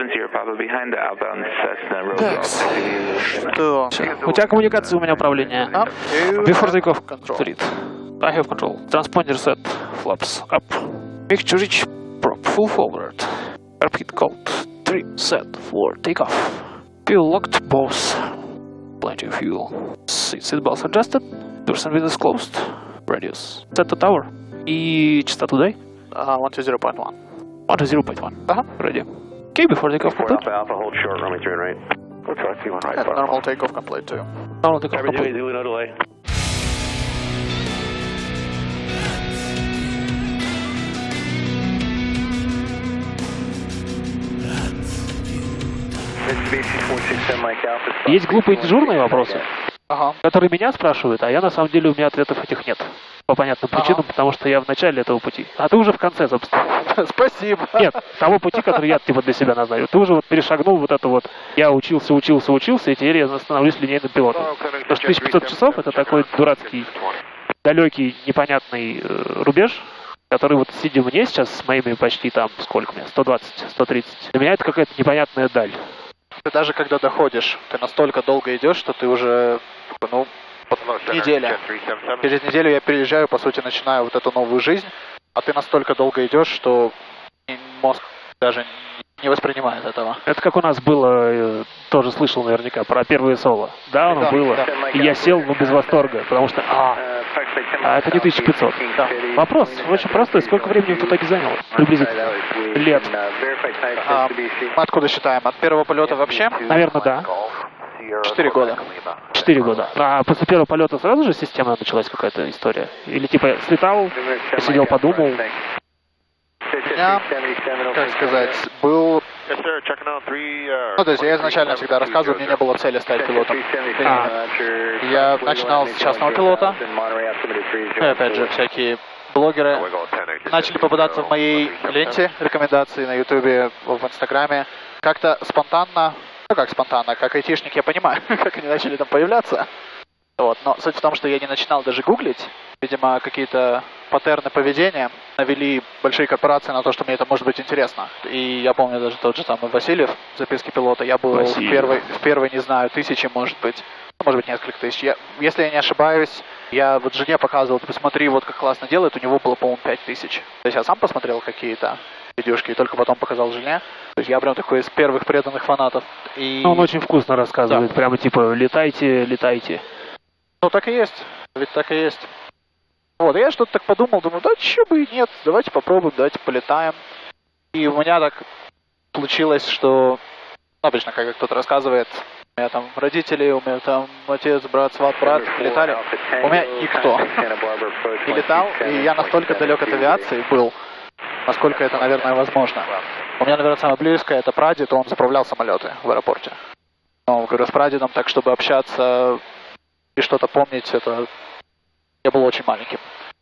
Что? У тебя коммуникация, у меня управление. Before takeoff, complete. I have control. Transponder set. Flaps up. Make to reach prop full forward. Repeat code. Trim set for takeoff. Fuel locked both. Plenty of fuel. Seat belts adjusted. Person windows closed. Radius. Set to tower. И частоту дай. 120.1. 120.1. Ready. Okay, before takeoff complete. Alpha, hold short, runway 3 and right. Normal takeoff complete too. Normal takeoff complete. No delay. Есть глупые дежурные вопросы, Ага. которые меня спрашивают, а я на самом деле у меня ответов этих нет. По понятным причинам, потому что я в начале этого пути. А ты уже в конце, собственно. Спасибо. Нет, того пути, который я типа для себя назначил. Ты уже вот перешагнул вот это вот. Я учился, и теперь я становлюсь линейным пилотом. Потому что 1500 часов это такой дурацкий, далекий, непонятный рубеж, который вот сидя мне сейчас с моими почти там, сколько у меня, 120, 130. Для меня это какая-то непонятная даль. Ты даже когда доходишь, ты настолько долго идешь, что ты уже, ну, неделя. Через неделю я переезжаю, по сути, начинаю вот эту новую жизнь, а ты настолько долго идешь, что мозг даже не воспринимает этого. Это как у нас было, тоже слышал наверняка, про первое соло. Да, оно было. Да. И я сел, но без восторга, потому что, это не 1500. Да. Вопрос очень простой. Сколько времени в итоге заняло? Приблизительно. Лет. Мы откуда считаем? От первого полета вообще? Наверное, да. 4 года. 4 года. А после первого полета сразу же система началась какая-то история? Или типа слетал, посидел, подумал? У меня, как сказать, был... Ну, то есть я изначально всегда рассказываю, у меня не было цели стать пилотом. Я начинал с частного пилота. И опять же, всякие блогеры начали попадаться в моей ленте рекомендаций на Ютубе, в Инстаграме. Как-то спонтанно, ну как спонтанно, как айтишник я понимаю, как они начали там появляться. Вот. Но суть в том, что я не начинал даже гуглить. Видимо, какие-то паттерны поведения навели большие корпорации на то, что мне это может быть интересно. И я помню даже тот же самый Васильев, записки пилота. Я был в первой, не знаю, 1000, может быть несколько тысяч. Если я не ошибаюсь, я вот жене показывал, ты посмотри, вот как классно делает, у него было, по-моему, 5000. То есть я сам посмотрел какие-то видюшки и только потом показал жене. То есть я прям такой из первых преданных фанатов. И... Он очень вкусно рассказывает, да. Прямо типа летайте, летайте. Ну так и есть, ведь так и есть. Вот, я что-то так подумал, думаю, да чё бы и нет, давайте попробуем, давайте полетаем. И у меня так получилось, что обычно, как кто-то рассказывает, у меня там родители, у меня там отец, брат, сват, брат летали. У меня никто не летал, и я настолько далек от авиации был, насколько это, наверное, возможно. У меня, наверное, самое близкое, это прадед, он заправлял самолеты в аэропорте. Но, говорю, с прадедом так, чтобы общаться и что-то помнить, это... Я был очень маленьким.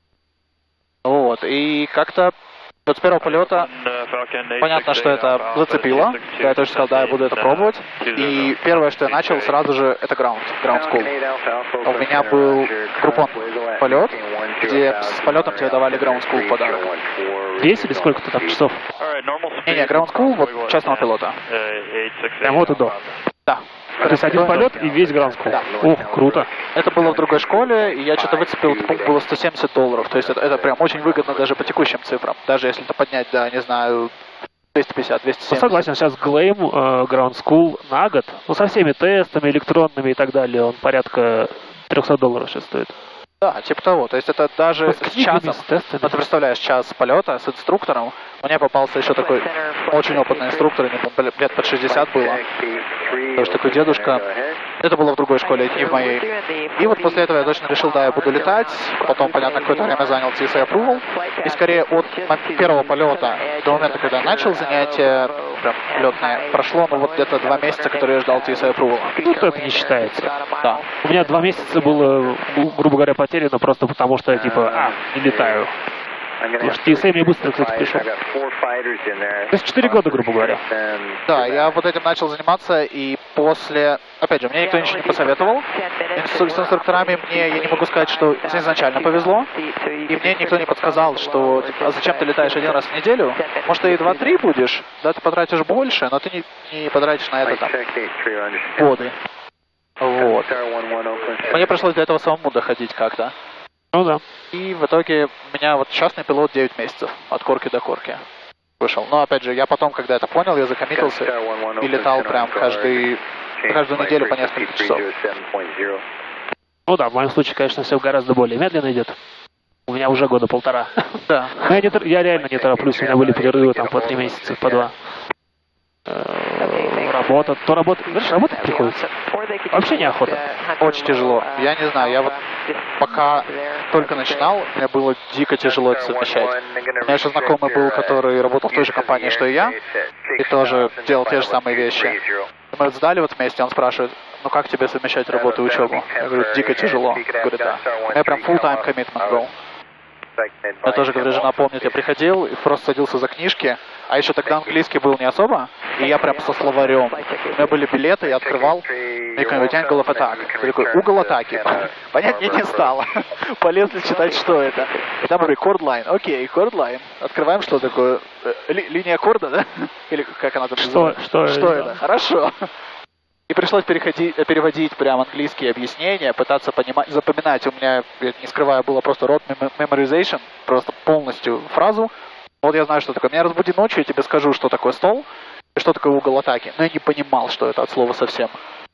Вот, и как-то вот с первого полета понятно, что это зацепило. Я тоже сказал, да, я буду это пробовать. И первое, что я начал сразу же, это ground school. У меня был группон полет, где с полетом тебе давали ground school в подарок. 10 или сколько ты там часов? Не, ground school вот частного пилота. Прям вот и до. Да. То есть один полет и весь Ground School. Да. Ух, круто. Это было в другой школе, и я что-то выцепил, пункт было $170. То есть это прям очень выгодно даже по текущим цифрам. Даже если это поднять до, не знаю, 250, 270. Ну, согласен, сейчас Глейм, Ground School на год, ну, со всеми тестами электронными и так далее, он порядка $300 сейчас стоит. Да, типа того. То есть это даже с часом, ну, ты представляешь, час полета с инструктором. Мне попался еще такой очень опытный инструктор, ему лет под 60 было. Тоже такой дедушка. Это было в другой школе, не в моей. И вот после этого я точно решил, да, я буду летать. Потом, понятно, какое-то время занял TSA Approval. И скорее от первого полета до момента, когда я начал занятия, прям летное, прошло, ну вот где-то 2 месяца, которые я ждал TSA Approval. Ну, это не считается. Да. У меня 2 месяца было, грубо говоря, потеряно просто потому, что я типа, не летаю. Потому что TSA мне быстро, кстати, пришел. То есть 4 года, грубо говоря. Да, я вот этим начал заниматься, и после... Опять же, мне никто ничего не посоветовал. С инструкторами я не могу сказать, что изначально повезло. И мне никто не подсказал, что а зачем ты летаешь один раз в неделю? Может, ты и 2-3 будешь? Да, ты потратишь больше, но ты не потратишь на это там годы. Вот. Мне пришлось для этого самому доходить как-то. Ну да. И в итоге у меня вот частный пилот 9 месяцев от корки до корки вышел. Но опять же, я потом, когда это понял, я закоммитился и летал прям каждую неделю по несколько часов. Ну да, в моем случае, конечно, все гораздо более медленно идет. У меня уже года 1,5. Да. Но я реально не тороплюсь, у меня были перерывы там по 3 месяца, по 2. Работа, знаешь, работать приходится. Вообще неохота. Очень тяжело. Я не знаю, я вот пока только начинал, мне было дико тяжело это совмещать. У меня еще знакомый был, который работал в той же компании, что и я, и тоже делал те же самые вещи. И мы вот сдали вот вместе, он спрашивает, ну как тебе совмещать работу и учебу? Я говорю, дико тяжело. Говорит, да. У меня прям full-time commitment был. Я тоже, говорю, жена помнит, я приходил и просто садился за книжки, а еще тогда английский был не особо, и я прям со словарем. У меня были билеты, я открывал, и говорит, angle of attack. Я такой, угол атаки. Понять мне не стало. Полезли читать, что это. И там говорю, chord line. Окей, chord line. Открываем, что такое. Линия аккорда, да? Или как она там называется? Что это? Хорошо. И пришлось переводить прям английские объяснения, пытаться понимать, запоминать. У меня, я не скрываю, было просто rote memorization, просто полностью фразу. Вот я знаю, что такое. Меня разбуди ночью, я тебе скажу, что такое стол и что такое угол атаки. Но я не понимал, что это от слова совсем.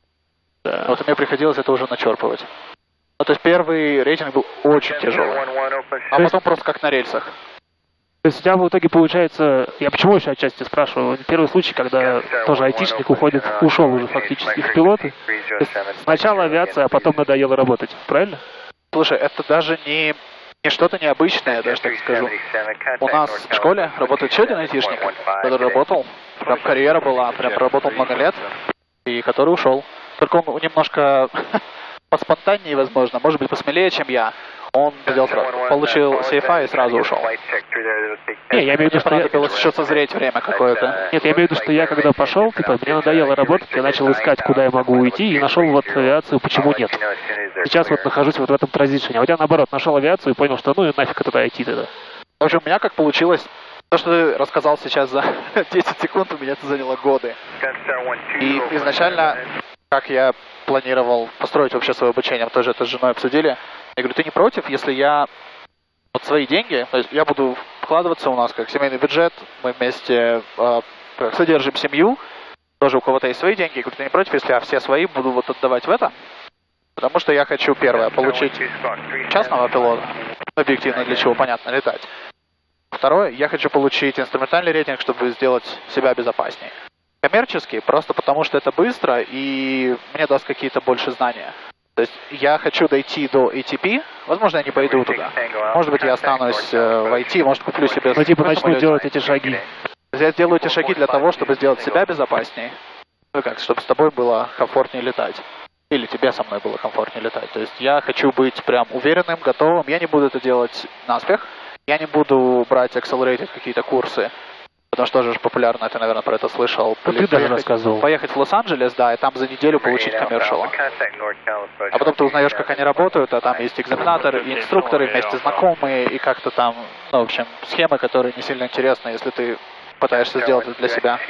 Да. Вот мне приходилось это уже начерпывать. Ну, то есть первый рейтинг был очень тяжелый. А потом просто как на рельсах. То есть у тебя в итоге получается, я почему еще отчасти спрашиваю, первый случай, когда тоже айтишник ушел уже фактически в пилоты. То есть сначала авиация, а потом надоело работать, правильно? Слушай, это даже не что-то необычное, я даже так скажу. У нас в школе работает еще один айтишник, который работал, прям карьера была, прям работал много лет, и который ушел. Только он немножко поспонтаннее, возможно, может быть, посмелее, чем я. Он получил CFI и сразу ушел. Не, я имею в виду, что понадобилось еще созреть время какое-то. Нет, я имею в виду, что я когда пошел, типа, мне надоело работать, я начал искать, куда я могу уйти, и нашел вот авиацию, почему нет. Сейчас вот нахожусь вот в этом транзишне. А у тебя наоборот, нашел авиацию и понял, что ну и нафиг это IT тогда. В общем, у меня как получилось, то, что ты рассказал сейчас за 10 секунд, у меня это заняло годы. И изначально, как я планировал построить вообще свое обучение, мы тоже это с женой обсудили. Я говорю, ты не против, если я вот свои деньги, то есть я буду вкладываться у нас как семейный бюджет, мы вместе содержим семью, тоже у кого-то есть свои деньги. Я говорю, ты не против, если я все свои буду вот отдавать в это? Потому что я хочу, первое, получить частного пилота, объективно для чего, понятно, летать. Второе, я хочу получить инструментальный рейтинг, чтобы сделать себя безопаснее. Коммерческий, просто потому что это быстро и мне даст какие-то больше знания. То есть я хочу дойти до ATP, возможно, я не пойду туда. Может быть, я останусь в IT, может, куплю себе... Ну, типа, начну делать эти шаги. Я сделаю эти шаги для того, чтобы сделать себя безопаснее. Ну как, чтобы с тобой было комфортнее летать. Или тебе со мной было комфортнее летать. То есть я хочу быть прям уверенным, готовым. Я не буду это делать наспех. Я не буду брать accelerated какие-то курсы. Потому что тоже популярно, ты, наверное, про это слышал. Ты даже рассказывал. Поехать в Лос-Анджелес, да, и там за неделю получить коммершал. А потом ты узнаешь, как они работают, а там есть экзаменаторы и инструкторы, вместе знакомые, и как-то там, ну, в общем, схемы, которые не сильно интересны, если ты пытаешься сделать это для себя.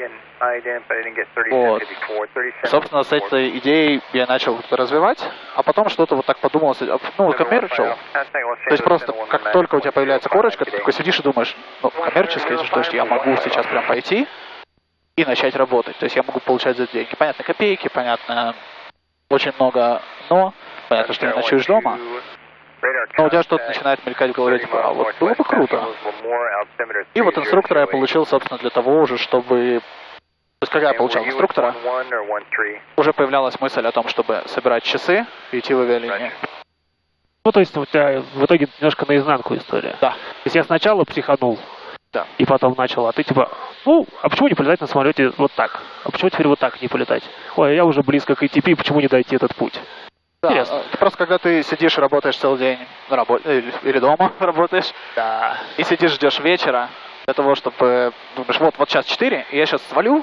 Вот. Собственно, с этой идеей я начал развивать, а потом что-то вот так подумал, ну, коммерчал. То есть просто, как только у тебя появляется корочка, ты такой сидишь и думаешь, ну, коммерчески, если что, я могу сейчас прям пойти и начать работать. То есть я могу получать за деньги. Понятно, копейки, понятно, очень много, но понятно, что не ночуешь дома. Но у тебя что-то начинает мелькать в голове, типа, а вот было бы круто. И вот инструктора я получил, собственно, для того уже, чтобы... То есть, когда я получал инструктора, уже появлялась мысль о том, чтобы собирать часы и идти в авиалинии. Ну, то есть у тебя в итоге немножко наизнанку история. Да. То есть я сначала психанул, да, и потом начал, а ты типа, ну, а почему не полетать на самолете вот так? А почему теперь вот так не полетать? Ой, я уже близко к ATP, почему не дойти этот путь? Да, интересно. Просто когда ты сидишь и работаешь целый день на работе, или дома работаешь, да, и сидишь, ждешь вечера, для того, чтобы думаешь, вот сейчас 4, и я сейчас свалю,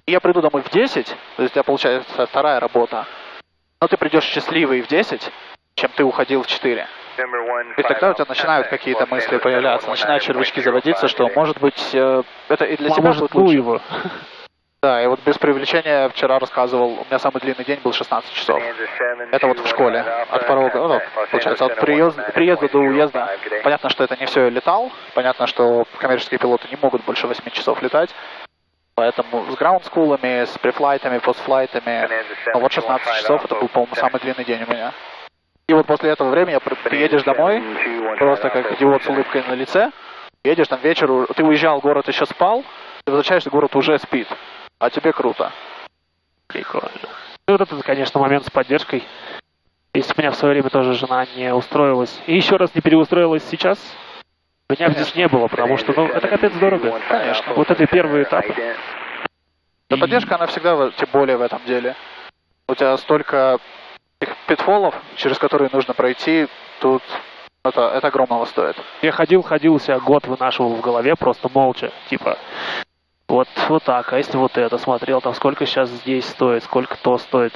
Я приду домой в 10, то есть у тебя получается вторая работа, но ты придешь счастливый в 10, чем ты уходил в 4. И тогда у тебя начинают какие-то мысли появляться, начинают червячки заводиться, что, может быть, это и для тебя будет лучше. Его. Да, и вот без привлечения вчера рассказывал, у меня самый длинный день был 16 часов. Это вот в школе, от порога, получается, от приезда до уезда. Понятно, что это не все я летал, понятно, что коммерческие пилоты не могут больше 8 часов летать. Поэтому с граунд-скулами, с префлайтами, постфлайтами, ну вот 16 часов, это был, по-моему, самый длинный день у меня. И вот после этого времени приедешь домой, просто как идиот с улыбкой на лице, едешь там вечеру, ты уезжал, город еще спал, ты возвращаешься, город уже спит, а тебе круто. Прикольно. Ну, вот это, конечно, момент с поддержкой. Если бы меня в свое время тоже жена не устроилась, и еще раз не переустроилась сейчас, меня здесь не было, потому что, ну, это капец дорого. Конечно. Вот это первый этап. Да, поддержка, она всегда, тем более в этом деле. У тебя столько питфолов, через которые нужно пройти, тут это огромного стоит. Я ходил, себя год вынашивал в голове, просто молча, типа, вот так, а если вот это смотрел, там сколько сейчас здесь стоит, сколько то стоит.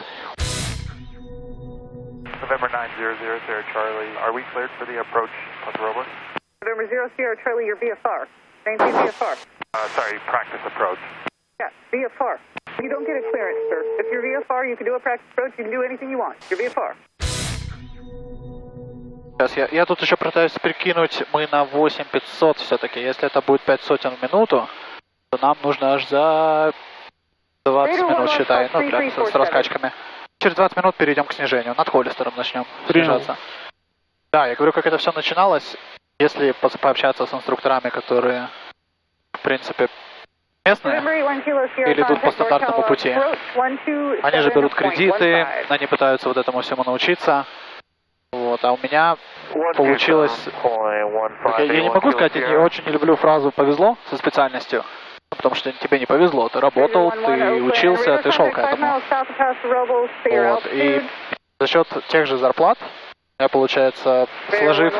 November 900 Sierra Charlie, are we cleared for the approach of the rover? November 0 Sierra Charlie, your VFR. Maintain VFR. Sorry, practice approach. Yeah, VFR. You don't get a clearance, sir. If you're VFR, you can do a practice approach, you can do anything you want. You're VFR. Сейчас я тут еще пытаюсь прикинуть, мы на 8500 все-таки. Если это будет 5 сотен в минуту, то нам нужно аж за 20 минут, считай, ну прям с раскачками. Через 20 минут перейдем к снижению, над Холлистером начнем снижаться. Да, я говорю, как это все начиналось, если пообщаться с инструкторами, которые, в принципе, местные, или идут по стандартному пути. Они же берут кредиты, они пытаются вот этому всему научиться. Вот, а у меня получилось... Я не могу сказать, я очень не люблю фразу «повезло» со специальностью, потому что тебе не повезло, ты работал, ты учился, ты шел к этому. Вот, и за счет тех же зарплат, я, получается, сложив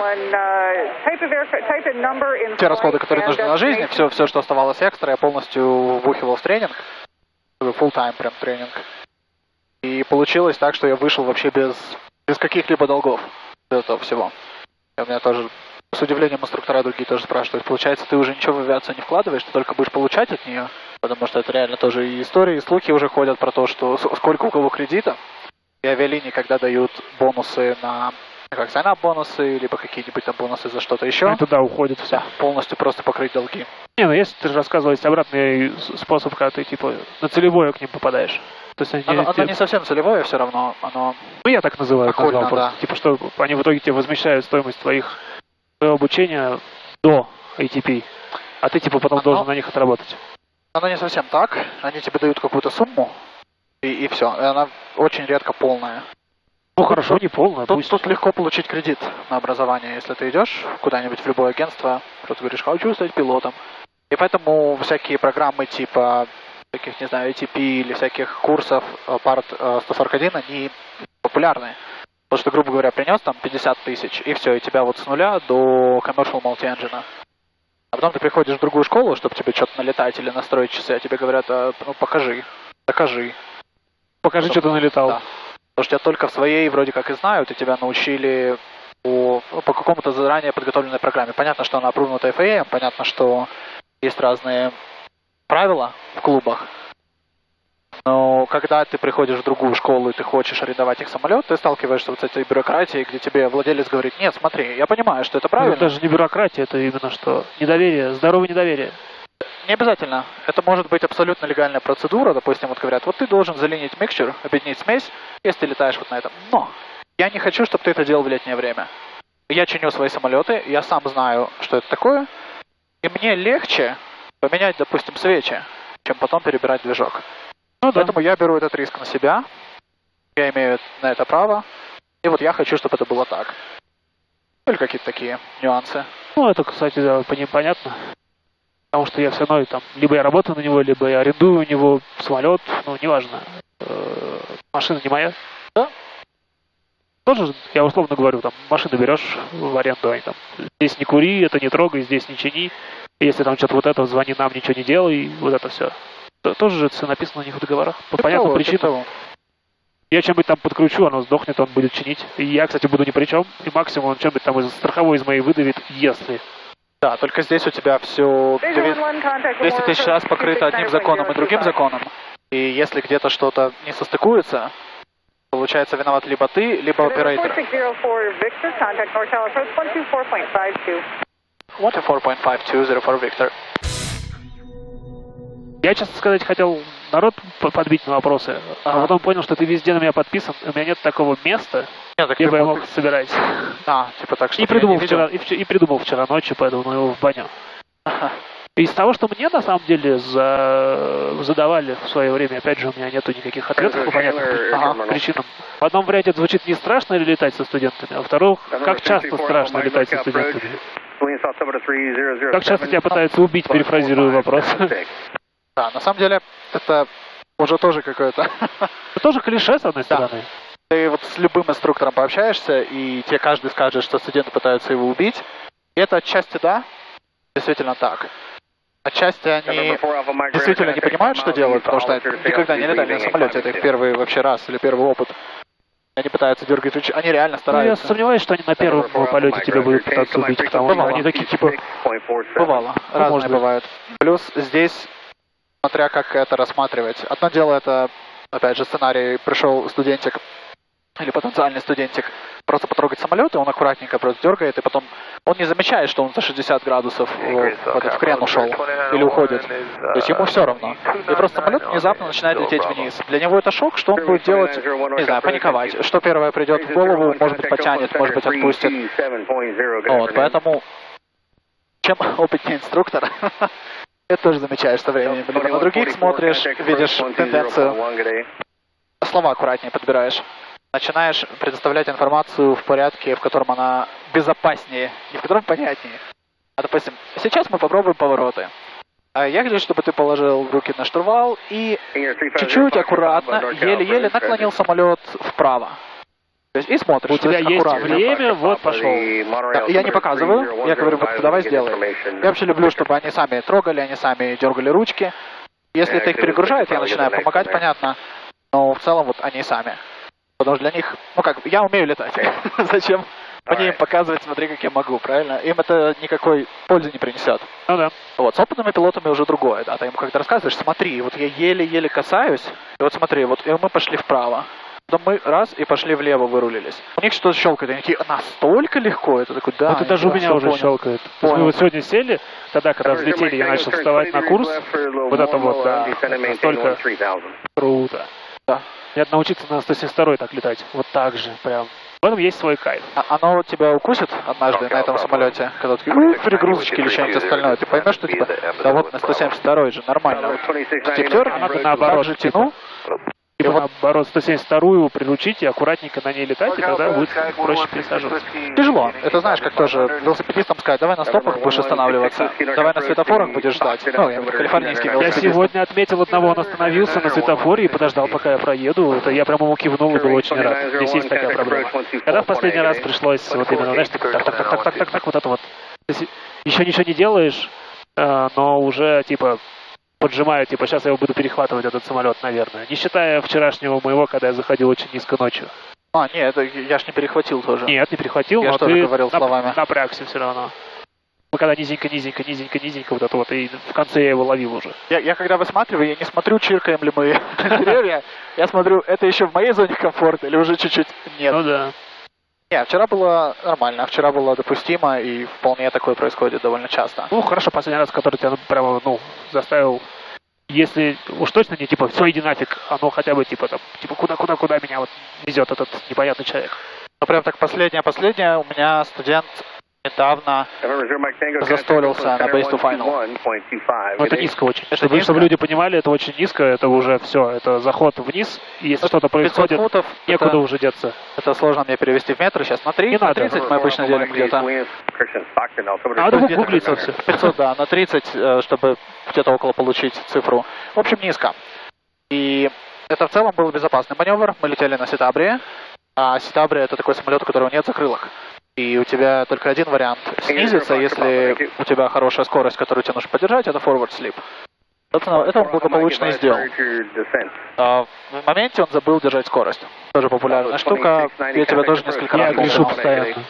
те расходы, которые нужны на жизнь, все, что оставалось экстра, я полностью вбухивал в тренинг, full-time прям тренинг. И получилось так, что я вышел вообще без каких-либо долгов из этого всего. И у меня тоже, с удивлением, инструктора другие тоже спрашивают, получается, ты уже ничего в авиацию не вкладываешь, ты только будешь получать от нее? Потому что это реально тоже и истории, и слухи уже ходят про то, что сколько у кого кредитов, и авиалинии, когда дают бонусы на, как сайнап-бонусы, либо какие-нибудь там бонусы за что-то еще. И туда уходит все. Да, полностью просто покрыть долги. Не, ну если ты же рассказывал, есть обратный способ, когда ты типа на целевое к ним попадаешь. То есть оно не совсем целевое, все равно оно... Ну я так называю, окольно, просто. Типа что они в итоге тебе возмещают стоимость твоего обучения до ATP, а ты типа потом должен на них отработать. Оно не совсем так, они тебе дают какую-то сумму, и все, и она очень редко полная. Ну хорошо, не полная. Тут легко получить кредит на образование, если ты идешь куда-нибудь в любое агентство, просто говоришь, хочу стать пилотом. И поэтому всякие программы типа таких, не знаю, ATP или всяких курсов Part 141, они популярны. Потому что, грубо говоря, принес там 50 тысяч, и все, и тебя вот с нуля до Commercial Multi-Engine. А потом ты приходишь в другую школу, чтобы тебе что-то налетать или настроить часы, а тебе говорят, ну покажи, докажи. Покажи, что ты налетал. Да. Потому что тебя только в своей вроде как и знают, и тебя научили по какому-то заранее подготовленной программе. Понятно, что она опрувнута FAA, понятно, что есть разные правила в клубах. Но когда ты приходишь в другую школу и ты хочешь арендовать их самолет, ты сталкиваешься вот с этой бюрократией, где тебе владелец говорит, нет, смотри, я понимаю, что это правильно. Это даже не бюрократия, это именно что недоверие, здоровое недоверие. Не обязательно. Это может быть абсолютно легальная процедура. Допустим, вот говорят, вот ты должен залинить микшер, объединить смесь, если ты летаешь вот на этом. Но я не хочу, чтобы ты это делал в летнее время. Я чиню свои самолеты, я сам знаю, что это такое, и мне легче поменять, допустим, свечи, чем потом перебирать движок. Ну, да. Поэтому я беру этот риск на себя, я имею на это право, и вот я хочу, чтобы это было так. Или какие-то такие нюансы. Ну, это, кстати, да, понятно. Потому что я все равно там, либо я работаю на него, либо я арендую у него самолет, ну, неважно. Машина не моя. Да. Тоже, я условно говорю, там, машину берешь в аренду, они там, здесь не кури, это не трогай, здесь не чини. Если там что-то вот это, звони нам, ничего не делай, вот это все. Тоже же все написано у них в договорах. По понятным причинам. Я чем-нибудь там подкручу, оно сдохнет, он будет чинить. И я, кстати, буду ни при чем. И максимум он чем-нибудь там из страховой из моей выдавит, если. Да, только здесь у тебя все 200 тысяч раз покрыто одним законом и другим законом. И если где-то что-то не состыкуется, получается виноват либо ты, либо оператор. 124.52, Victor. Я, честно сказать, хотел народ подбить на вопросы, а потом понял, что ты везде на меня подписан, и у меня нет такого места, где бы я мог собирать. Типа так, что и придумал вчера ночью, поэтому его в баню. Из того, что мне на самом деле задавали в свое время, опять же, у меня нету никаких ответов по понятным причинам. В одном варианте звучит не страшно ли летать со студентами, а во вторых, как часто страшно летать со студентами. Как часто тебя пытаются убить, перефразирую вопрос. Да, на самом деле, это уже тоже какое-то... Это тоже клише, с одной стороны. Ты вот с любым инструктором пообщаешься, и тебе каждый скажет, что студенты пытаются его убить. И это отчасти да, действительно так. Отчасти они действительно не понимают, что делают, потому что никогда не летали на самолете. Это их первый вообще раз или первый опыт. Они пытаются дергать ручки, они реально стараются. Я сомневаюсь, что они на первом полете тебя будут пытаться убить, потому что они такие типа... Бывало, разные бывают. Плюс здесь, смотря как это рассматривать. Одно дело это, опять же, сценарий, пришел студентик или потенциальный студентик просто потрогать самолет, и он аккуратненько просто дергает, и потом он не замечает, что он за 60 градусов в крен ушел или уходит. То есть ему все равно. И просто самолет внезапно начинает лететь вниз. Для него это шок, что он будет делать, не знаю, паниковать. Что первое придет в голову, может быть потянет, может быть отпустит. Вот, поэтому чем опытнее инструктор, это тоже замечаешь со временем. Либо на других смотришь, видишь тенденцию, слова аккуратнее подбираешь. Начинаешь предоставлять информацию в порядке, в котором она безопаснее, не в котором понятнее. А, допустим, сейчас мы попробуем повороты. Я хочу, чтобы ты положил руки на штурвал и чуть-чуть аккуратно, еле-еле наклонил самолет вправо. То есть и смотришь. У тебя есть время, вот пошел. Да, я не показываю, я говорю, вот давай сделаем. Я вообще люблю, чтобы они сами трогали, они сами дергали ручки. Если это их перегружает, я начинаю помогать, понятно. Но в целом вот они сами. Потому что для них, ну как, я умею летать. Зачем мне им показывать, смотри, как я могу, правильно? Им это никакой пользы не принесет. Ну да. Вот, с опытными пилотами уже другое, да. Ты им как-то рассказываешь, смотри, вот я еле-еле касаюсь, и вот смотри, вот и мы пошли вправо. Потом мы раз и пошли влево, вырулились. У них что-то щелкает, они такие, настолько легко? Это такой, да. Вот это даже у меня уже щелкает. То есть мы вот сегодня сели, тогда, когда взлетели, я начал вставать на курс. Вот это вот, да, настолько круто. Да. Мне надо научиться на 172 так летать. Вот так же, прям. В этом есть свой кайф. Оно тебя укусит однажды на этом самолете, когда ты перегрузочки или что-нибудь остальное, ты поймешь, что типа, да вот на 172 же нормально. Вот тептер, надо наоборот же тяну. И вот наоборот 172-ю приручить и аккуратненько на ней летать, и тогда будет проще пересаживаться. Тяжело. Это знаешь, как тоже велосипедистам сказать, давай на стопах будешь останавливаться, давай на светофорах будешь ждать. Ну, я калифорнийский велосипедист. Я сегодня отметил одного, он остановился на светофоре и подождал, пока я проеду. Это я прямо ему кивнул и был очень рад. Здесь есть такая проблема. Когда в последний раз пришлось вот именно, знаешь, так, вот это вот. То есть еще ничего не делаешь, но уже типа поджимаю, типа, сейчас я его буду перехватывать, этот самолет, наверное. Не считая вчерашнего моего, когда я заходил очень низко ночью. Нет, я ж не перехватил тоже. Нет, не перехватил, я но тоже ты говорил словами. Напрягся все равно. Мы когда низенько, вот это вот, и в конце я его ловил уже. Я когда высматриваю, я не смотрю, чиркаем ли мы деревья, я смотрю, это еще в моей зоне комфорта или уже чуть-чуть нет. Ну да. Нет, вчера было нормально, вчера было допустимо, и вполне такое происходит довольно часто. Ну, хорошо, последний раз, который тебя прямо, заставил, если уж точно не, типа, все, иди нафиг, оно хотя бы, типа, там, типа, куда меня вот везет этот непонятный человек. Ну, прям так последнее, у меня студент недавно застолился на Base to Final. Но это низко очень. Чтобы люди понимали, это очень низко, это уже все, это заход вниз, и если что-то происходит, футов, некуда уже деться. Это сложно мне перевести в метры, сейчас на 3, на 30 мы обычно делим где-то. Надо гуглиться все. 500, да, на 30, чтобы где-то около получить цифру. В общем, низко. И это в целом был безопасный маневр, мы летели на Ситабрии, а Ситабрия это такой самолет, у которого нет закрылок. И у тебя только один вариант снизиться, если у тебя хорошая скорость, которую тебе нужно поддержать, это forward slip. Это он благополучно и сделал. В моменте он забыл держать скорость. Тоже популярная штука. Я тебя тоже несколько раз грешу постоянно.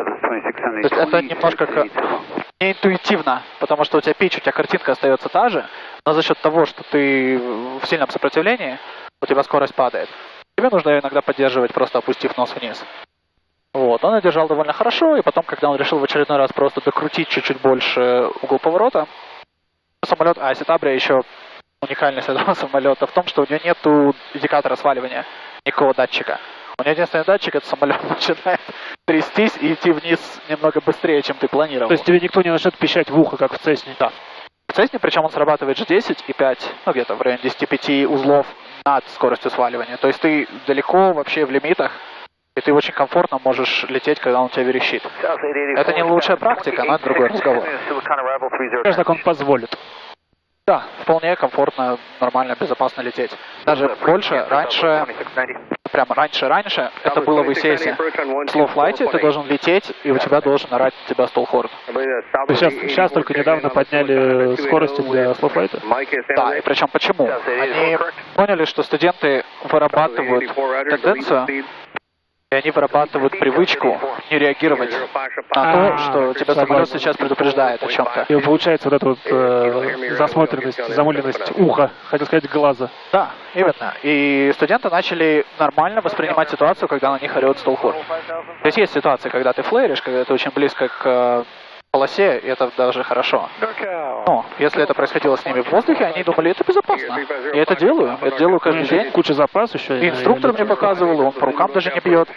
То есть это немножко неинтуитивно, потому что у тебя пич, у тебя картинка остается та же, но за счет того, что ты в сильном сопротивлении, у тебя скорость падает. Тебе нужно ее иногда поддерживать, просто опустив нос вниз. Вот, он ее держал довольно хорошо, и потом, когда он решил в очередной раз просто докрутить чуть-чуть больше угол поворота, самолет, Ситабрия еще уникальность этого самолета в том, что у него нету индикатора сваливания, никакого датчика. У него единственный датчик, это самолет начинает трястись и идти вниз немного быстрее, чем ты планировал. То есть тебе никто не начнет пищать в ухо, как в Цесне? Да. В Цесне, причем он срабатывает же 10,5, ну где-то в районе 10,5 узлов над скоростью сваливания. То есть ты далеко вообще в лимитах, и ты очень комфортно можешь лететь, когда он у тебя верещит. Это не лучшая практика, но это другой разговор. Кажется, так он позволит. Да, вполне комфортно, нормально, безопасно лететь. Даже больше, раньше, прямо раньше, это было в ICS. В слоу-флайте ты должен лететь, и у тебя должен орать на тебя столхорн. Сейчас только недавно подняли скорости для слоу-флайта? Да, и причем почему? Они поняли, что студенты вырабатывают тенденцию, и они вырабатывают привычку не реагировать на то, что тебя самолет сейчас предупреждает о чем-то. И получается вот эта вот засмотренность, замуленность уха, хотел сказать глаза. Да, именно. И студенты начали нормально воспринимать ситуацию, когда на них орет столхорн. То есть ситуация, когда ты флэришь, когда ты очень близко к полосе, и это даже хорошо. Но если это происходило с ними в воздухе, они думали, это безопасно. Я это делаю каждый день. Куча запас еще. И инструктор мне показывал, он по рукам даже не бьет.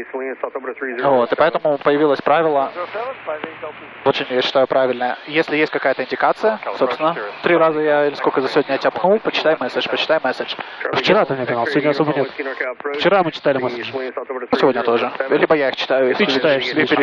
Вот, и поэтому появилось правило, очень, я считаю, правильное. Если есть какая-то индикация, собственно, 3 раза я или сколько за сегодня тебя пнул, почитай месседж. Вчера ты мне пинал, сегодня особо нет. Вчера мы читали месседж. Сегодня тоже. Либо я их читаю, ты читаешь,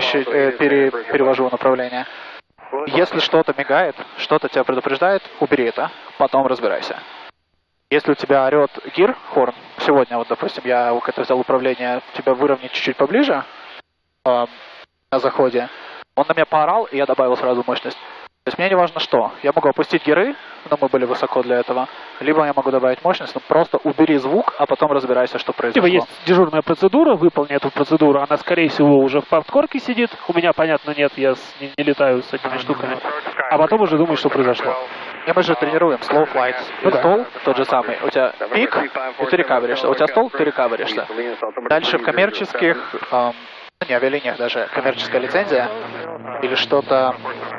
и перевожу направление. Если что-то мигает, что-то тебя предупреждает, убери это, потом разбирайся. Если у тебя орет гир, хорн, сегодня, вот, допустим, я когда взял управление, тебя выровнять чуть-чуть поближе на заходе, он на меня поорал, и я добавил сразу мощность. То есть мне не важно что. Я могу опустить гиры, но мы были высоко для этого, либо я могу добавить мощность, но просто убери звук, а потом разбирайся, что произошло. Есть дежурная процедура, выполни эту процедуру, она, скорее всего, уже в парткорке сидит. У меня, понятно, нет, я не летаю с этими штуками. А потом уже думаю, что произошло. И мы же тренируем slow flight. Стол тот же самый. У тебя пик, и ты рекаверишься. У тебя стол, ты рекаверишься. Дальше в коммерческих, не авиалиниях даже, коммерческая лицензия или что-то...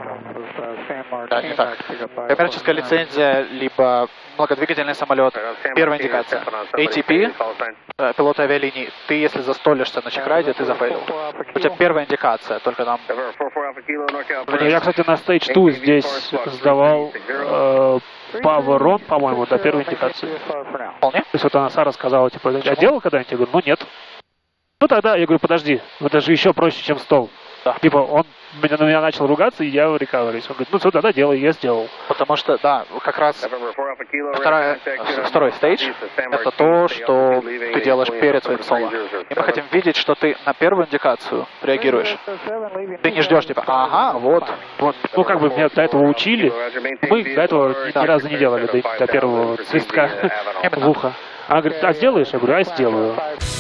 Да, не так. Коммерческая лицензия, либо многодвигательный самолет. Первая индикация. ATP, пилот авиалиний. Ты, если застолишься на чекрайде, ты зафейлил. У тебя первая индикация, только там... Я, кстати, на Stage 2 здесь сдавал Power On, по-моему, до первой индикации. Вполне. То есть вот она Сара сказала, типа, я делал когда-нибудь? Я говорю, ну нет. Ну тогда, я говорю, подожди, это же еще проще, чем стол. Да. Типа, он на меня начал ругаться, и я рекаверюсь. Он говорит, ну все, тогда делай, я сделал. Потому что, да, как раз второй стейдж — это то, что ты делаешь перед своим соло. И мы хотим видеть, что ты на первую индикацию реагируешь. Ты не ждешь, типа, ага, вот. Ну, как бы меня до этого учили. Мы до этого ни разу не делали до первого свистка в ухо. Она говорит, а сделаешь? Я говорю, а сделаю.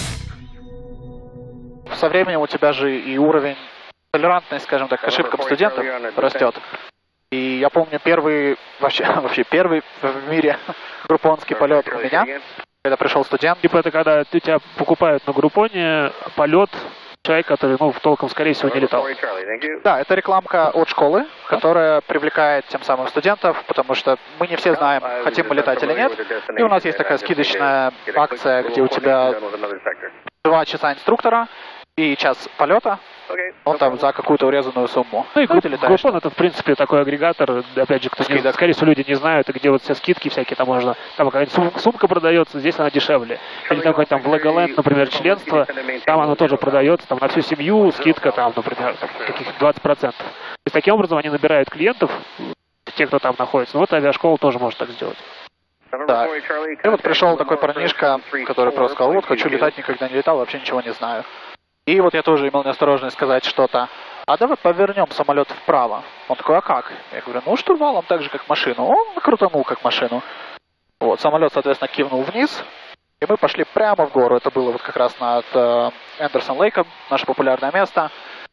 Со временем у тебя же и уровень толерантность, скажем так, к ошибкам студентов растет. И я помню первый в мире группонский полет у меня, когда пришел студент. Типа это когда тебя покупают на группоне полет человек, который, толком, скорее всего, не летал. Да, это рекламка от школы, которая привлекает тем самым студентов, потому что мы не все знаем, хотим мы летать или нет. И у нас есть такая скидочная акция, где у тебя 2 часа инструктора и час полета, он там за какую-то урезанную сумму. Ну и Группон это, в принципе, такой агрегатор, опять же, скорее всего, люди не знают, где вот все скидки всякие, там можно, там какая-нибудь сумка продается, здесь она дешевле. Или там какой-то в Legoland, например, членство, там оно тоже продается, там на всю семью скидка там, например, каких 20%. То есть таким образом они набирают клиентов, те, кто там находится. Ну вот авиашкола тоже может так сделать. Да. И вот пришел такой парнишка, который просто сказал, вот хочу летать, никогда не летал, вообще ничего не знаю. И вот я тоже имел неосторожность сказать что-то. а давай повернем самолет вправо. Он такой, а как? Я говорю, ну штурвалом так же, как машину. Он крутанул, как машину. Вот, самолет, соответственно, кивнул вниз, и мы пошли прямо в гору. Это было вот как раз над Эндерсон Лейком, наше популярное место.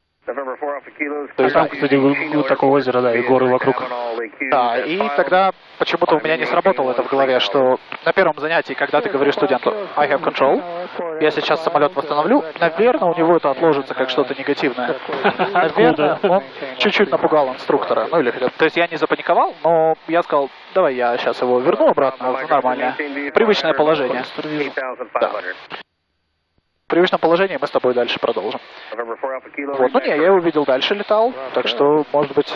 То есть там, кстати, такое озеро, да, и горы вокруг. Да, и тогда почему-то у меня не сработало это в голове, что на первом занятии, когда ты говоришь студенту I have control, я сейчас самолет восстановлю, наверное, у него это отложится как что-то негативное. Наверное, он чуть-чуть напугал инструктора. Ну или то есть я не запаниковал, но я сказал, давай я сейчас его верну обратно в нормальное, привычное положение. Да. В привычном положении мы с тобой дальше продолжим. Вот, ну не, я его видел дальше летал, так что, может быть,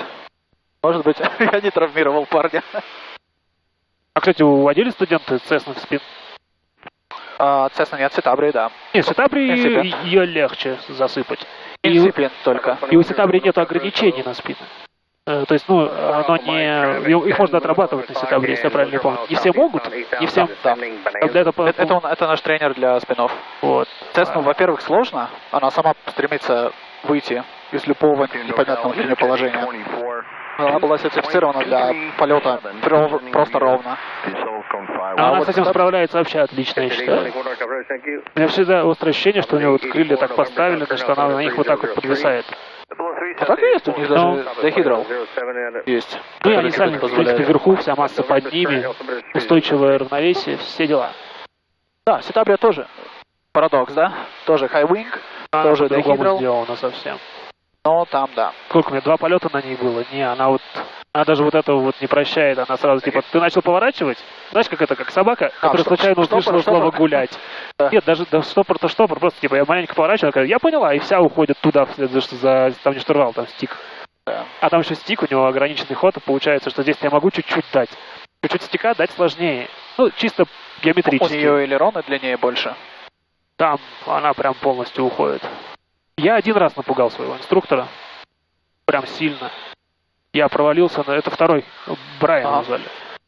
я не травмировал парня. А, кстати, уводили студенты Cessna в спин? Cessna нет, Citabria, да. Нет, Citabria ее легче засыпать. Инсипиент только. И у Citabria нет ограничений на спины. То есть, ну, оно не... Их можно отрабатывать на Citabria, если я правильно помню. Не все могут, не всем... Да. Это наш тренер для спинов. Вот. Cessna, во-первых, сложно. Она сама стремится выйти из любого непонятного для нее положения. Она была сертифицирована для полета просто ровно. А она с этим справляется вообще отлично, я считаю. У меня всегда острое ощущение, что у нее вот крылья так поставили, что она на них вот так вот подвисает. А так и есть, у них даже дехидрал есть. Ну и они сами, в принципе, вверху, вся масса под ними, устойчивое равновесие, все дела. Да, Citabria тоже. Парадокс, да? Тоже high wing, тоже дехидрал. Сделано совсем. Но там, да. Сколько у меня, 2 полета на ней было? Не, она даже вот этого вот не прощает. Она сразу, типа, ты начал поворачивать? Знаешь, как это, как собака, которая случайно услышала слово «гулять». Да. Нет, даже штопор-то штопор, просто, типа, я маленько поворачиваю, она говорит, я поняла, и вся уходит туда, вслед за там не штурвал, там стик. Да. А там еще стик, у него ограниченный ход, и получается, что здесь я могу чуть-чуть дать. Чуть-чуть стика дать сложнее. Ну, чисто геометрически. У нее элероны длиннее больше? Там она прям полностью уходит. Я один раз напугал своего инструктора. Прям сильно. Я провалился, но это второй. Брайан назвали.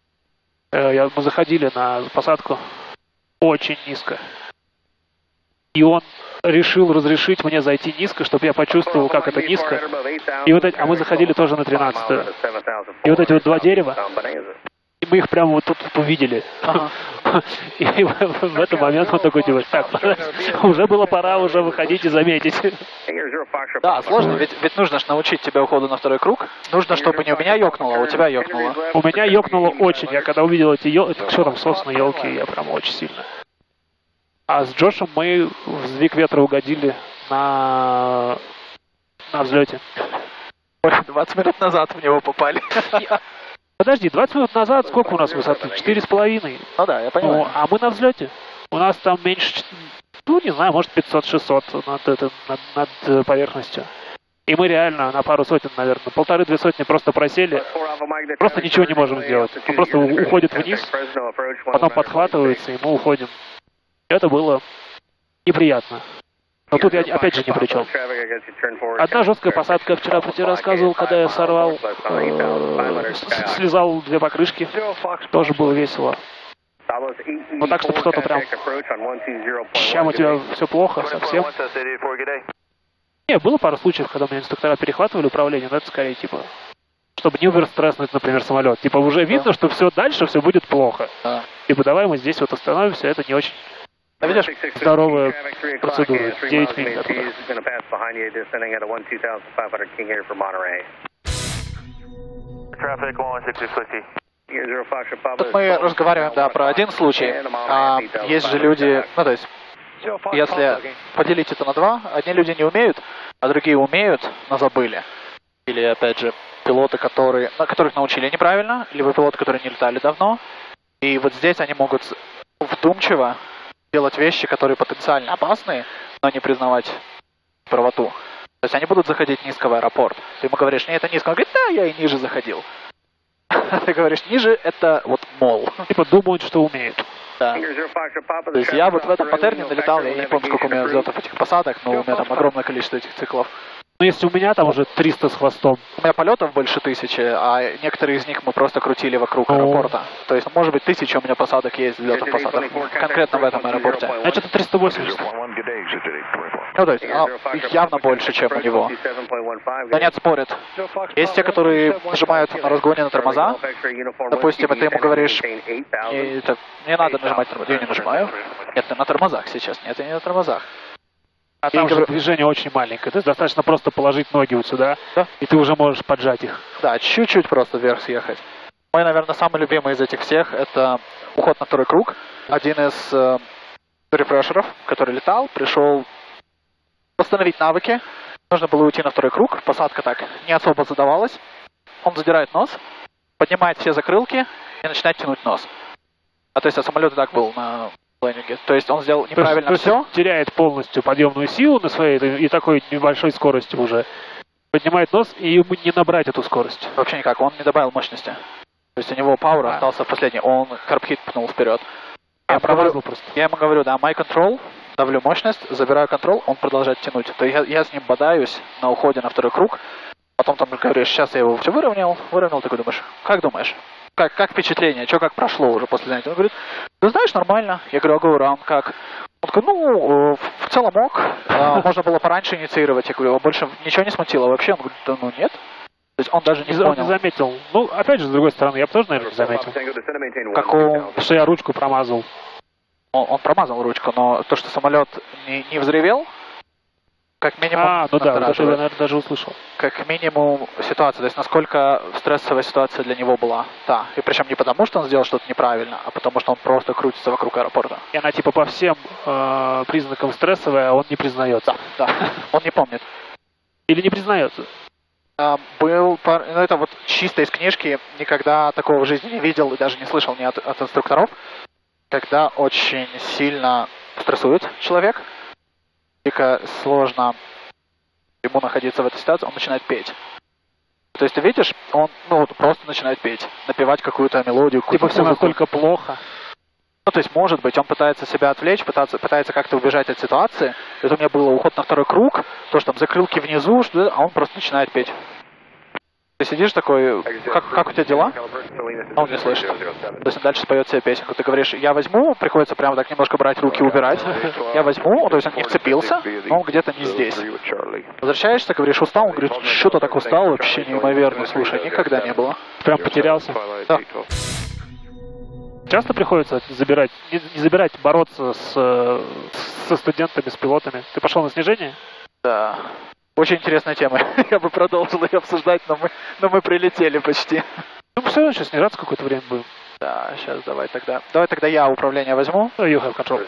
Мы заходили на посадку очень низко. И он решил разрешить мне зайти низко, чтобы я почувствовал, как это низко. И вот а мы заходили тоже на 13-ю. И вот эти вот 2 дерева, и мы их прямо вот тут увидели. И в этот момент он такой, типа, так, уже было пора уже выходить и заметить. Да, сложно, ведь нужно же научить тебя уходу на второй круг. Нужно, чтобы не у меня ёкнуло, а у тебя ёкнуло. У меня ёкнуло очень. Я когда увидел эти что там, сосны, елки, я прям очень сильно. А с Джошем мы в сдвиг ветра угодили на взлете. 20 минут назад в него попали. Подожди, 20 минут назад сколько у нас высоты? 4,5. Ну да, я понимаю. А мы на взлете. У нас там меньше, ну не знаю, может 500-600 над поверхностью. И мы реально на пару сотен, наверное, 1,5-2 сотни просто просели. Просто ничего не можем сделать. Он просто уходит вниз, потом подхватывается, и мы уходим. Это было неприятно. Но тут я опять же ни при чем. Одна жесткая посадка, вчера про тебя рассказывал, когда я сорвал, слезал 2 покрышки, тоже было весело. Вот так, чтобы что-то прям, щам у тебя все плохо совсем. Не, было пару случаев, когда у меня инструктора перехватывали управление, но это скорее типа, чтобы не оверстресснуть, например, самолет. Типа уже видно, что все дальше, все будет плохо. Типа давай мы здесь вот остановимся, это не очень... А видишь, здоровая процедура, 9 миль. Тут мы разговариваем, да, про один случай. А есть же люди, ну то есть, если поделить это на 2, одни люди не умеют, а другие умеют, но забыли. Или, опять же, пилоты, которых научили неправильно, либо пилоты, которые не летали давно. И вот здесь они могут вдумчиво делать вещи, которые потенциально опасные, но не признавать правоту. То есть они будут заходить низко в аэропорт. Ты ему говоришь, нет, это низко. Он говорит, да, я и ниже заходил. Ты говоришь, ниже это вот мол. Типа думают, что умеют. Да. То есть я вот в этом паттерне налетал, я не помню, сколько у меня взлетов этих посадок, но у меня там огромное количество этих циклов. Ну, если у меня там уже 300 с хвостом. У меня полетов больше 1000, а некоторые из них мы просто крутили вокруг аэропорта. То есть, может быть, 1000 у меня посадок есть, взлетов посадок. Конкретно в этом аэропорте. Значит, это 380. Ну, то есть, явно больше, чем у него. Да нет, спорят. Есть те, которые нажимают на разгоне на тормоза. Допустим, ты ему говоришь, не надо нажимать тормоза. Я не нажимаю. Нет, ты на тормозах сейчас. Нет, я не на тормозах. А там же движение очень маленькое. То есть достаточно просто положить ноги вот сюда, да? И ты уже можешь поджать их. Да, чуть-чуть просто вверх съехать. Мой, наверное, самый любимый из этих всех — это уход на второй круг. Один из рефрешеров, который летал, пришел восстановить навыки. Нужно было уйти на второй круг. Посадка так не особо задавалась. Он задирает нос, поднимает все закрылки и начинает тянуть нос. А то есть самолет и так был на лендинге. То есть он сделал неправильно все. Он теряет полностью подъемную силу на своей и такой небольшой скорости уже. Поднимает нос, и ему не набрать эту скорость. Вообще никак, он не добавил мощности. То есть у него пауэр остался в последний. Он карбхит пнул вперед. Я ему говорю, да, my control, давлю мощность, забираю контроль, он продолжает тянуть. То я с ним бодаюсь на уходе на второй круг. Потом там говоришь, сейчас я его все выровнял, такой думаешь, как думаешь? Как впечатление, что как прошло уже после занятия? Он говорит, да знаешь, нормально. Я говорю, а говорю, как? Он такой, ну, в целом ок, можно было пораньше инициировать. Я говорю, больше ничего не смутило вообще? Он говорит, да ну нет. То есть он даже не понял. Он не заметил. Ну, опять же, с другой стороны, я бы тоже, наверное, не заметил. Потому что я ручку промазал. Он промазал ручку, но то, что самолет не взревел, как минимум... ну да, это я, наверное, даже услышал. Как минимум ситуация, то есть насколько стрессовая ситуация для него была. Да, и причем не потому, что он сделал что-то неправильно, а потому что он просто крутится вокруг аэропорта. И она типа по всем признакам стрессовая, а он не признается. Да, он не помнит. Или не признается. Ну это вот чисто из книжки, никогда такого в жизни не видел и даже не слышал ни от инструкторов, когда очень сильно стрессует человек, дико сложно ему находиться в этой ситуации, он начинает петь. То есть ты видишь, он просто начинает петь, напевать какую-то мелодию, какую-то типа все настолько плохо. Ну, то есть, может быть, он пытается себя отвлечь, пытается как-то убежать от ситуации. Это у меня было уход на второй круг, то, что там закрылки внизу, а он просто начинает петь. Ты сидишь такой, как у тебя дела? А он не слышит. То есть он дальше споет себе песенку. Ты говоришь, я возьму, приходится прямо так немножко брать руки, убирать. Я возьму, то есть он не вцепился, но он где-то не здесь. Возвращаешься, говоришь, устал? Он говорит, что-то так устал, вообще неимоверно. Слушай, никогда не было. Прям потерялся? Да. Часто приходится не забирать, бороться со студентами, с пилотами? Ты пошел на снижение? Да. Очень интересная тема. Я бы продолжил ее обсуждать, но мы прилетели почти. Ну, мы все равно сейчас снижаться какое-то время будем. Да, сейчас давай тогда я управление возьму. You have control.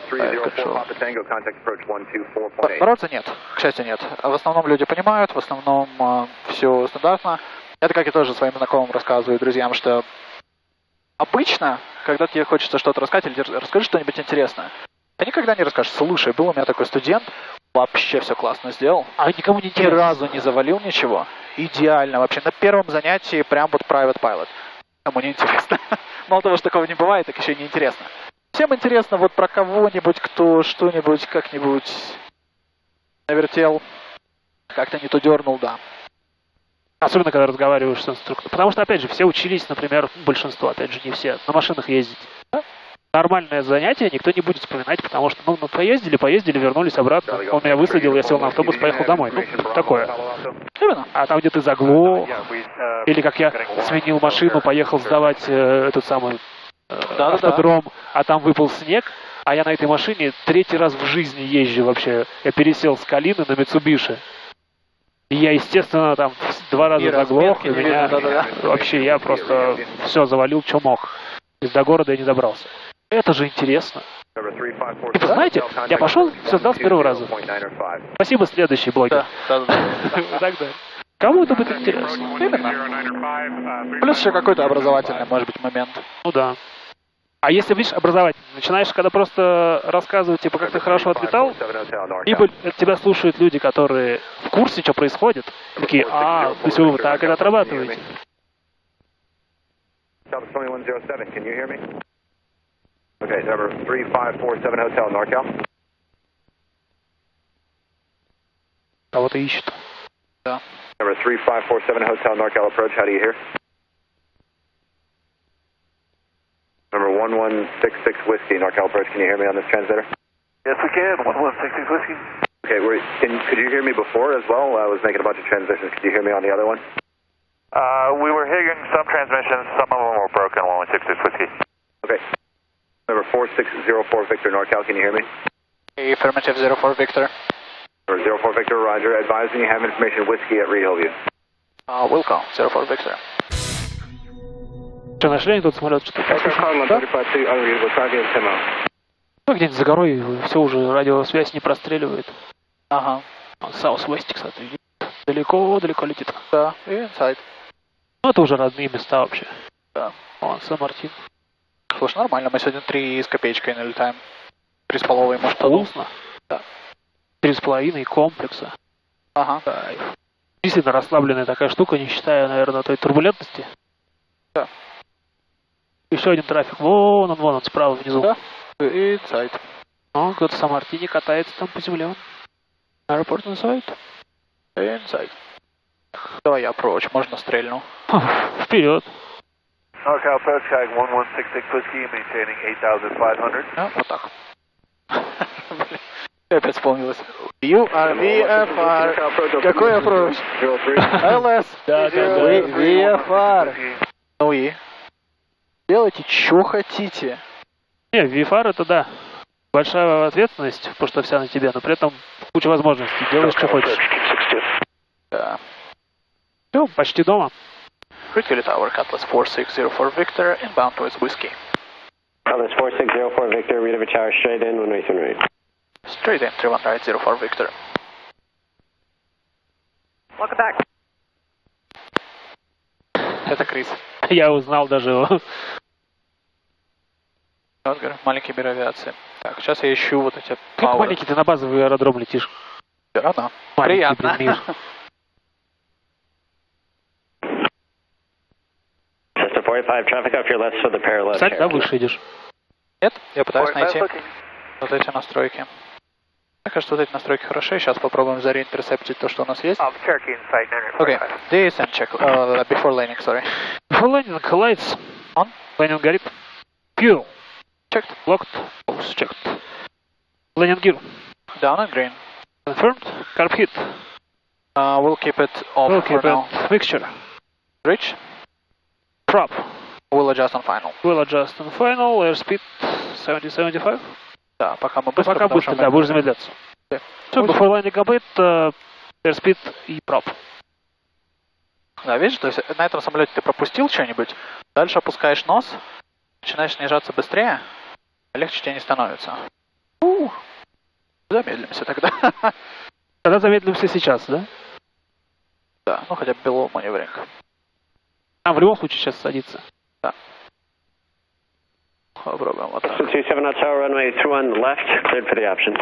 Бороться нет, к счастью нет. В основном люди понимают, в основном все стандартно. Это как я тоже своим знакомым рассказываю, друзьям, что обычно, когда тебе хочется что-то рассказать или расскажи что-нибудь интересное, ты никогда не расскажешь, слушай, был у меня такой студент, вообще все классно сделал, никому не интересно. Ни разу не завалил ничего, идеально вообще, на первом занятии прям вот private pilot, кому не интересно. Мало того, что такого не бывает, так еще и не интересно. Всем интересно вот про кого-нибудь, кто что-нибудь как-нибудь навертел, как-то не то дернул, да. Особенно, когда разговариваешь с инструктором. Потому что, опять же, все учились, например, большинство, опять же, не все, на машинах ездить. Да? Нормальное занятие никто не будет вспоминать, потому что, мы поездили, вернулись обратно. Он меня высадил, я сел на автобус, поехал домой. Ну, такое. Именно. А там, где ты заглох, или как я сменил машину, поехал сдавать этот самый автодром, а там выпал снег, а я на этой машине 3-й раз в жизни езжу вообще. Я пересел с Калины на Митсубиши. И я, естественно, там 2 раза заглох, и меня вообще я просто все завалил, что мог. То есть до города я не добрался. Это же интересно. И вы знаете, я пошел, все сдал с первого раза. Спасибо, следующий блогер. Да. Кому это будет интересно? Именно. Плюс еще какой-то образовательный, может быть, момент. Ну да. А если, видишь, образовательный, начинаешь, когда просто рассказывать, типа, как ты хорошо отлетал, либо тебя слушают люди, которые в курсе, что происходит, такие, то есть вы вот так это отрабатываете. Кого-то ищут. Да. Number 3547 Hotel NorCal approach, how do you hear? Number 1166 Whiskey, NorCal approach, can you hear me on this transmitter? Yes, we can. 1166 Whiskey. Okay, could you hear me before as well? I was making a bunch of transitions. Could you hear me on the other one? We were hearing some transmissions. Some of them were broken. 1166 Whiskey. Okay. Number 4604 Victor NorCal, can you hear me? Affirmative 04 Victor. Or 04 Victor, Roger. Advising you have information Whiskey at Reed Hillview. Wilco, 04 Victor. Что, нашли они тут самолет? Что-то ну, где-нибудь за горой все уже, радиосвязь не простреливает. Ага. Он Southwest, кстати, летит. Далеко-далеко летит. Да, и инсайд. Ну, это уже родные места вообще. Да. Вон, Сан-Мартин. Слушай, нормально, мы сегодня 3 с копеечкой налетаем. 3,5, может, Вкусно. Да. 3,5 комплекса. Ага. Кайф. Действительно расслабленная такая штука, не считая, наверное, той турбулентности. Да. Еще один трафик. Вон он справа внизу. Да. И инсайд. Ну, кто-то в Сан-Мартине катается там по земле. Аэропорт инсайд. И инсайд. Давай я прочь, можно стрельну. Вперед. NorCal approach tag 1166 Whiskey, maintaining 8500. А, вот так. Я опять вспомнилось. VFR. Какой approach? LS. VFR. Ну и? Делайте, что хотите. Не, VFR это да. Большая ответственность, потому что вся на тебе, но при этом куча возможностей. Делаешь, что хочешь. Да. Все, почти дома. Critical Tower, Cutlass 4604 Victor, inbound towards Whiskey. Cutlass 4604 Victor, Reed Tower, straight in, 1 right. Straight in, 31 right, 04 Victor. Welcome back. Это Крис. Я узнал даже его. Вот, говорю, маленький мир авиации. Так, сейчас я ищу вот эти... Как маленький, ты на базовый аэродром летишь. Рано. Маленький, Приятно. блин, мир. System 45, traffic off your left for the parallel. Кстати, да, выше идешь. Нет, я пытаюсь найти вот эти настройки. Мне кажется, вот эти настройки хороши. Сейчас попробуем зареинтерсептить то, что у нас есть. Окей, descent check. Before landing, sorry. Before landing, lights On. Landing горит. Fuel. Checked. Locked. Pulse checked. Landing gear. Down and green. Confirmed. Carb hit. We'll keep it off We'll for keep now. it. Mixture. Bridge. Prop. We'll adjust on final. Will adjust on final. Airspeed 70-75. Да, пока мы быстро. Пока быстро, да, будешь замедляться. Все, before landing complete, airspeed и prop. Да, видишь, то есть на этом самолете ты пропустил что-нибудь, дальше опускаешь нос, начинаешь снижаться быстрее, а легче тебе не становится. Замедлимся тогда. Тогда замедлимся сейчас, да? Да, ну хотя бы below маневринг. А в любом случае сейчас садится. Да. Попробуем вот так. 27 on tower, runway 21 left, cleared for the option.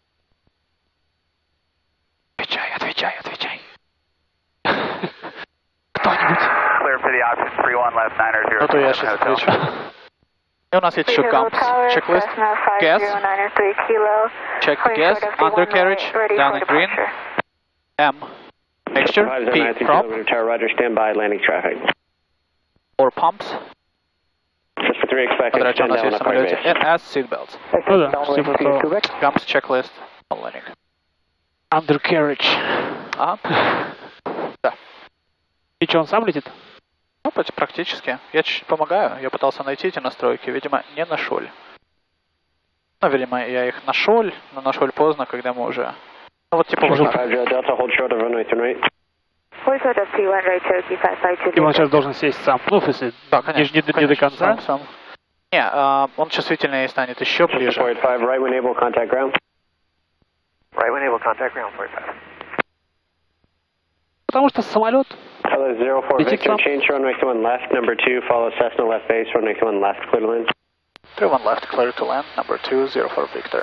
Отвечай. Кто-нибудь. Clear for the option 31 left 900. Ну то я сейчас отвечу. И у нас есть еще GAMS, checklist, gas, check gas, undercarriage, down in green, M, mixture, P, prop, Tower, Roger, stand by, landing traffic. or pumps, Just for 3 expected, подрачу у stand нас down есть в on the самолете, base. and as seatbelts. Ну да, типа того. GAMS, checklist, on landing. Undercarriage. Ага. Да. И что, он сам летит? Ну, практически. Я чуть-чуть помогаю. Я пытался найти эти настройки. Видимо, не нашел. Ну, видимо, я их нашел, но нашел поздно, когда мы уже... Ну, вот типа уже... Roger, Delta, hold short of runway 3 right. И он сейчас должен сесть сам. Ну, если Да, конечно. не до конца. Сам. Не, он чувствительнее станет еще ближе. 45, right when able, contact ground. Right when able, contact ground 45. Потому что самолет. Color 04 Летит Victor, сам. change to runway 21 left, number 2, follow Cessna left base, runway 21 left, clear to land. 31 left, clear to land, number 2, 04 Victor.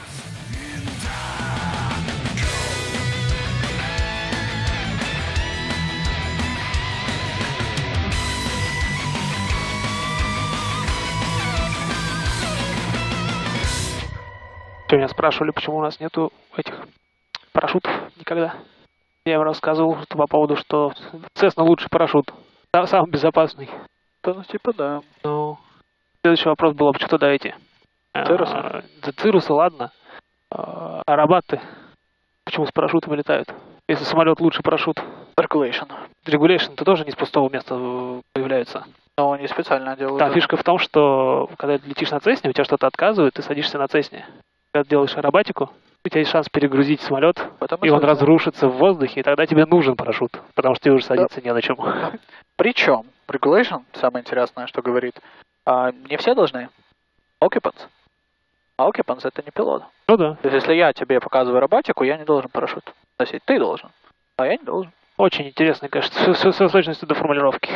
Что, меня спрашивали, почему у нас нету этих парашютов никогда. Я им рассказывал что по поводу, что Cessna лучший парашют. Самый безопасный. Да, ну типа да. Ну, следующий вопрос был, а почему тогда эти? Цирусы? Цирусы, ладно. Аэробаты. Почему с парашютом летают? Если самолет лучше парашют. Regulation. Regulation, то тоже не с пустого места появляется. Но они специально делают. Там фишка в том, что когда ты летишь на Цесне, у тебя что-то отказывает, ты садишься на Цесне. Когда ты делаешь аэробатику, у тебя есть шанс перегрузить самолет, и он разрушится в воздухе, и тогда тебе нужен парашют, потому что тебе уже садиться не на чем. Причем, Regulation, самое интересное, что говорит, не все должны. Occupants. А occupants — это не пилот. Ну да. То есть, если я тебе показываю аэробатику, я не должен парашют носить. Ты должен, а я не должен. Очень интересно, конечно, все с точностью до формулировки.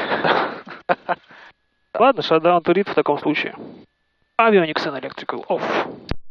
Ладно, shutdown to read в таком случае. Avionics and electrical off.